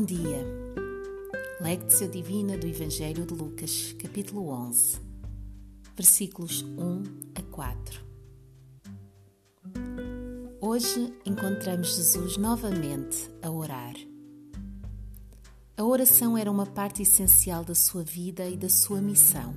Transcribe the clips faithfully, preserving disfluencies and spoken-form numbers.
Bom dia. Lectio Divina do Evangelho de Lucas, capítulo onze, versículos um a quatro. Hoje encontramos Jesus novamente a orar. A oração era uma parte essencial da sua vida e da sua missão.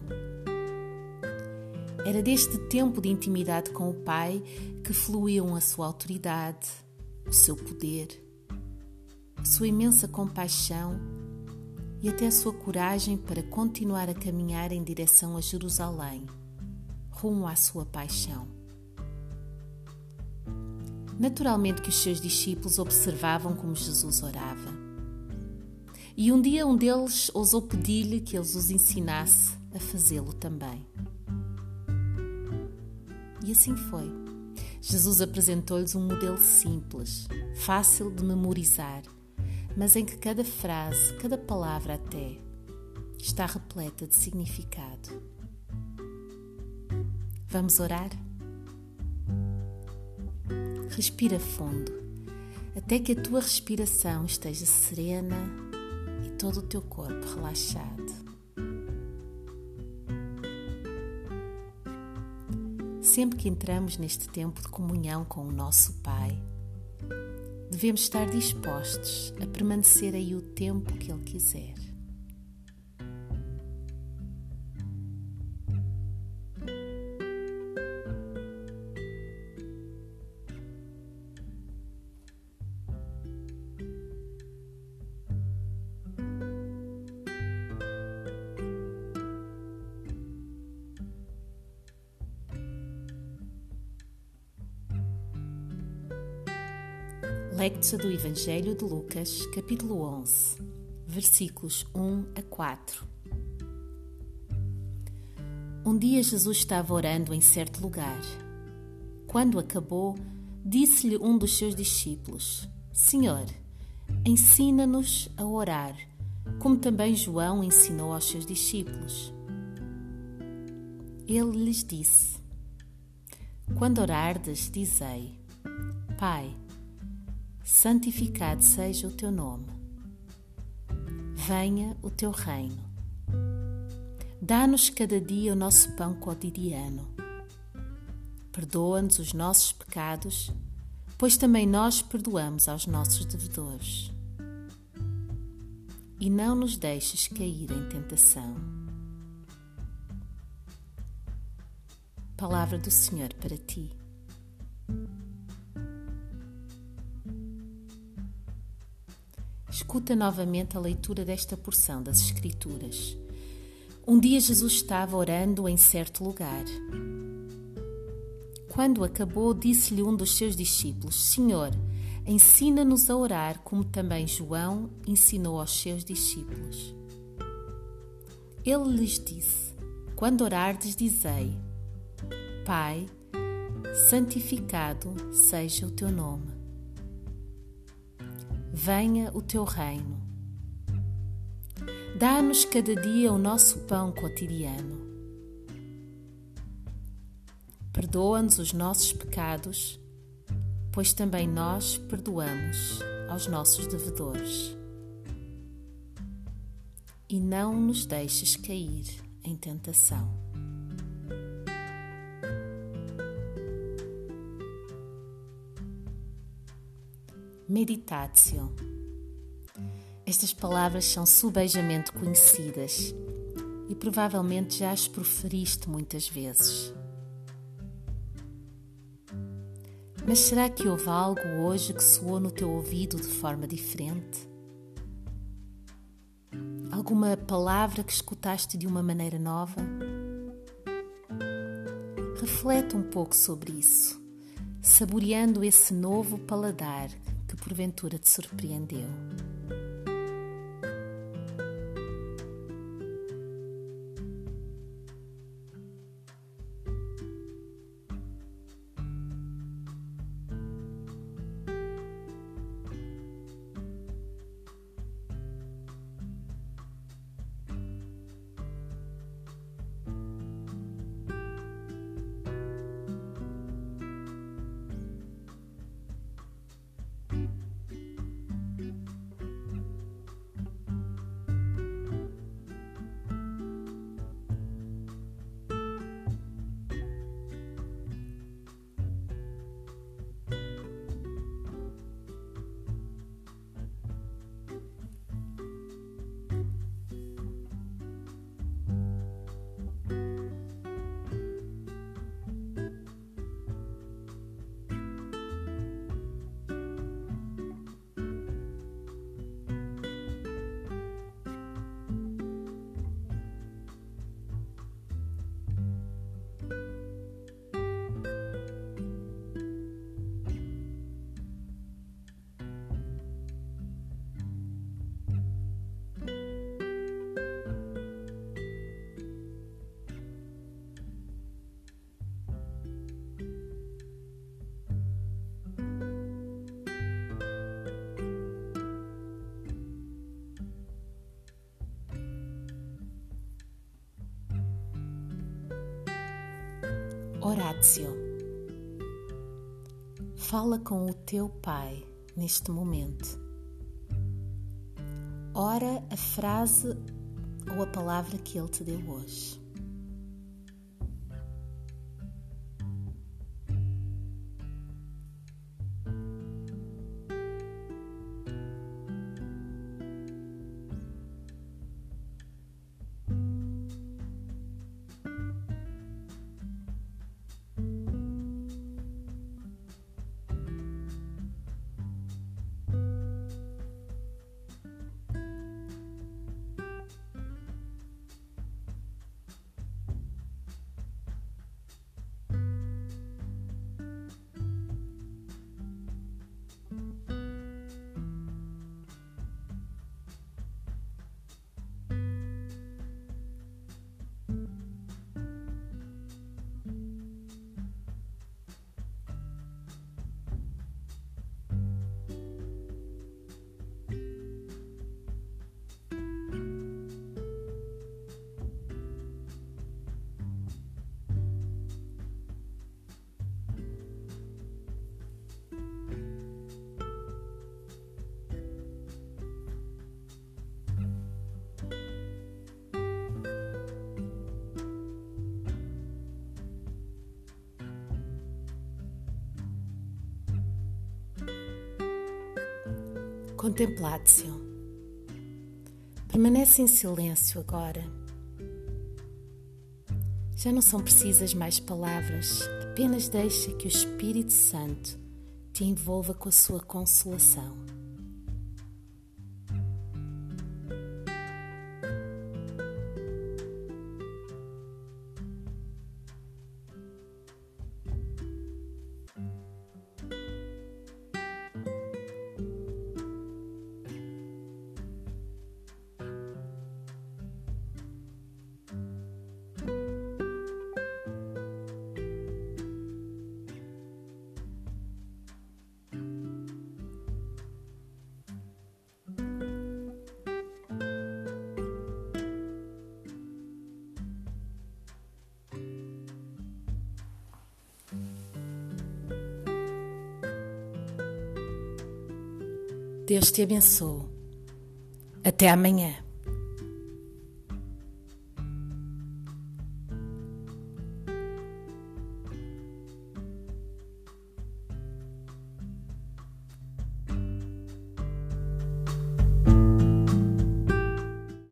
Era deste tempo de intimidade com o Pai que fluíam a sua autoridade, o seu poder, a sua imensa compaixão e até a sua coragem para continuar a caminhar em direção a Jerusalém, rumo à sua paixão. Naturalmente que os seus discípulos observavam como Jesus orava. E um dia um deles ousou pedir-lhe que eles os ensinasse a fazê-lo também. E assim foi. Jesus apresentou-lhes um modelo simples, fácil de memorizar, mas em que cada frase, cada palavra até, está repleta de significado. Vamos orar? Respira fundo, até que a tua respiração esteja serena e todo o teu corpo relaxado. Sempre que entramos neste tempo de comunhão com o nosso Pai, devemos estar dispostos a permanecer aí o tempo que Ele quiser. Lectio do Evangelho de Lucas, capítulo onze, versículos um a quatro. Um dia Jesus estava orando em certo lugar. Quando acabou, disse-lhe um dos seus discípulos: Senhor, ensina-nos a orar, como também João ensinou aos seus discípulos. Ele lhes disse: Quando orardes, dizei: Pai, santificado seja o teu nome. Venha o teu reino. Dá-nos cada dia o nosso pão quotidiano. Perdoa-nos os nossos pecados, pois também nós perdoamos aos nossos devedores. E não nos deixes cair em tentação. Palavra do Senhor para ti. Escuta novamente a leitura desta porção das Escrituras. Um dia Jesus estava orando em certo lugar. Quando acabou, disse-lhe um dos seus discípulos: Senhor, ensina-nos a orar, como também João ensinou aos seus discípulos. Ele lhes disse: Quando orardes, dizei: Pai, santificado seja o teu nome. Venha o teu reino. Dá-nos cada dia o nosso pão quotidiano. Perdoa-nos os nossos pecados, pois também nós perdoamos aos nossos devedores. E não nos deixes cair em tentação. Meditatio. Estas palavras são subejamente conhecidas e provavelmente já as proferiste muitas vezes. Mas será que houve algo hoje que soou no teu ouvido de forma diferente? Alguma palavra que escutaste de uma maneira nova? Reflete um pouco sobre isso, saboreando esse novo paladar que porventura te surpreendeu. Oratio. Fala com o teu Pai neste momento. Ora a frase ou a palavra que Ele te deu hoje. Contemplatio. Permanece em silêncio agora. Já não são precisas mais palavras, apenas deixa que o Espírito Santo te envolva com a sua consolação. Deus te abençoe. Até amanhã.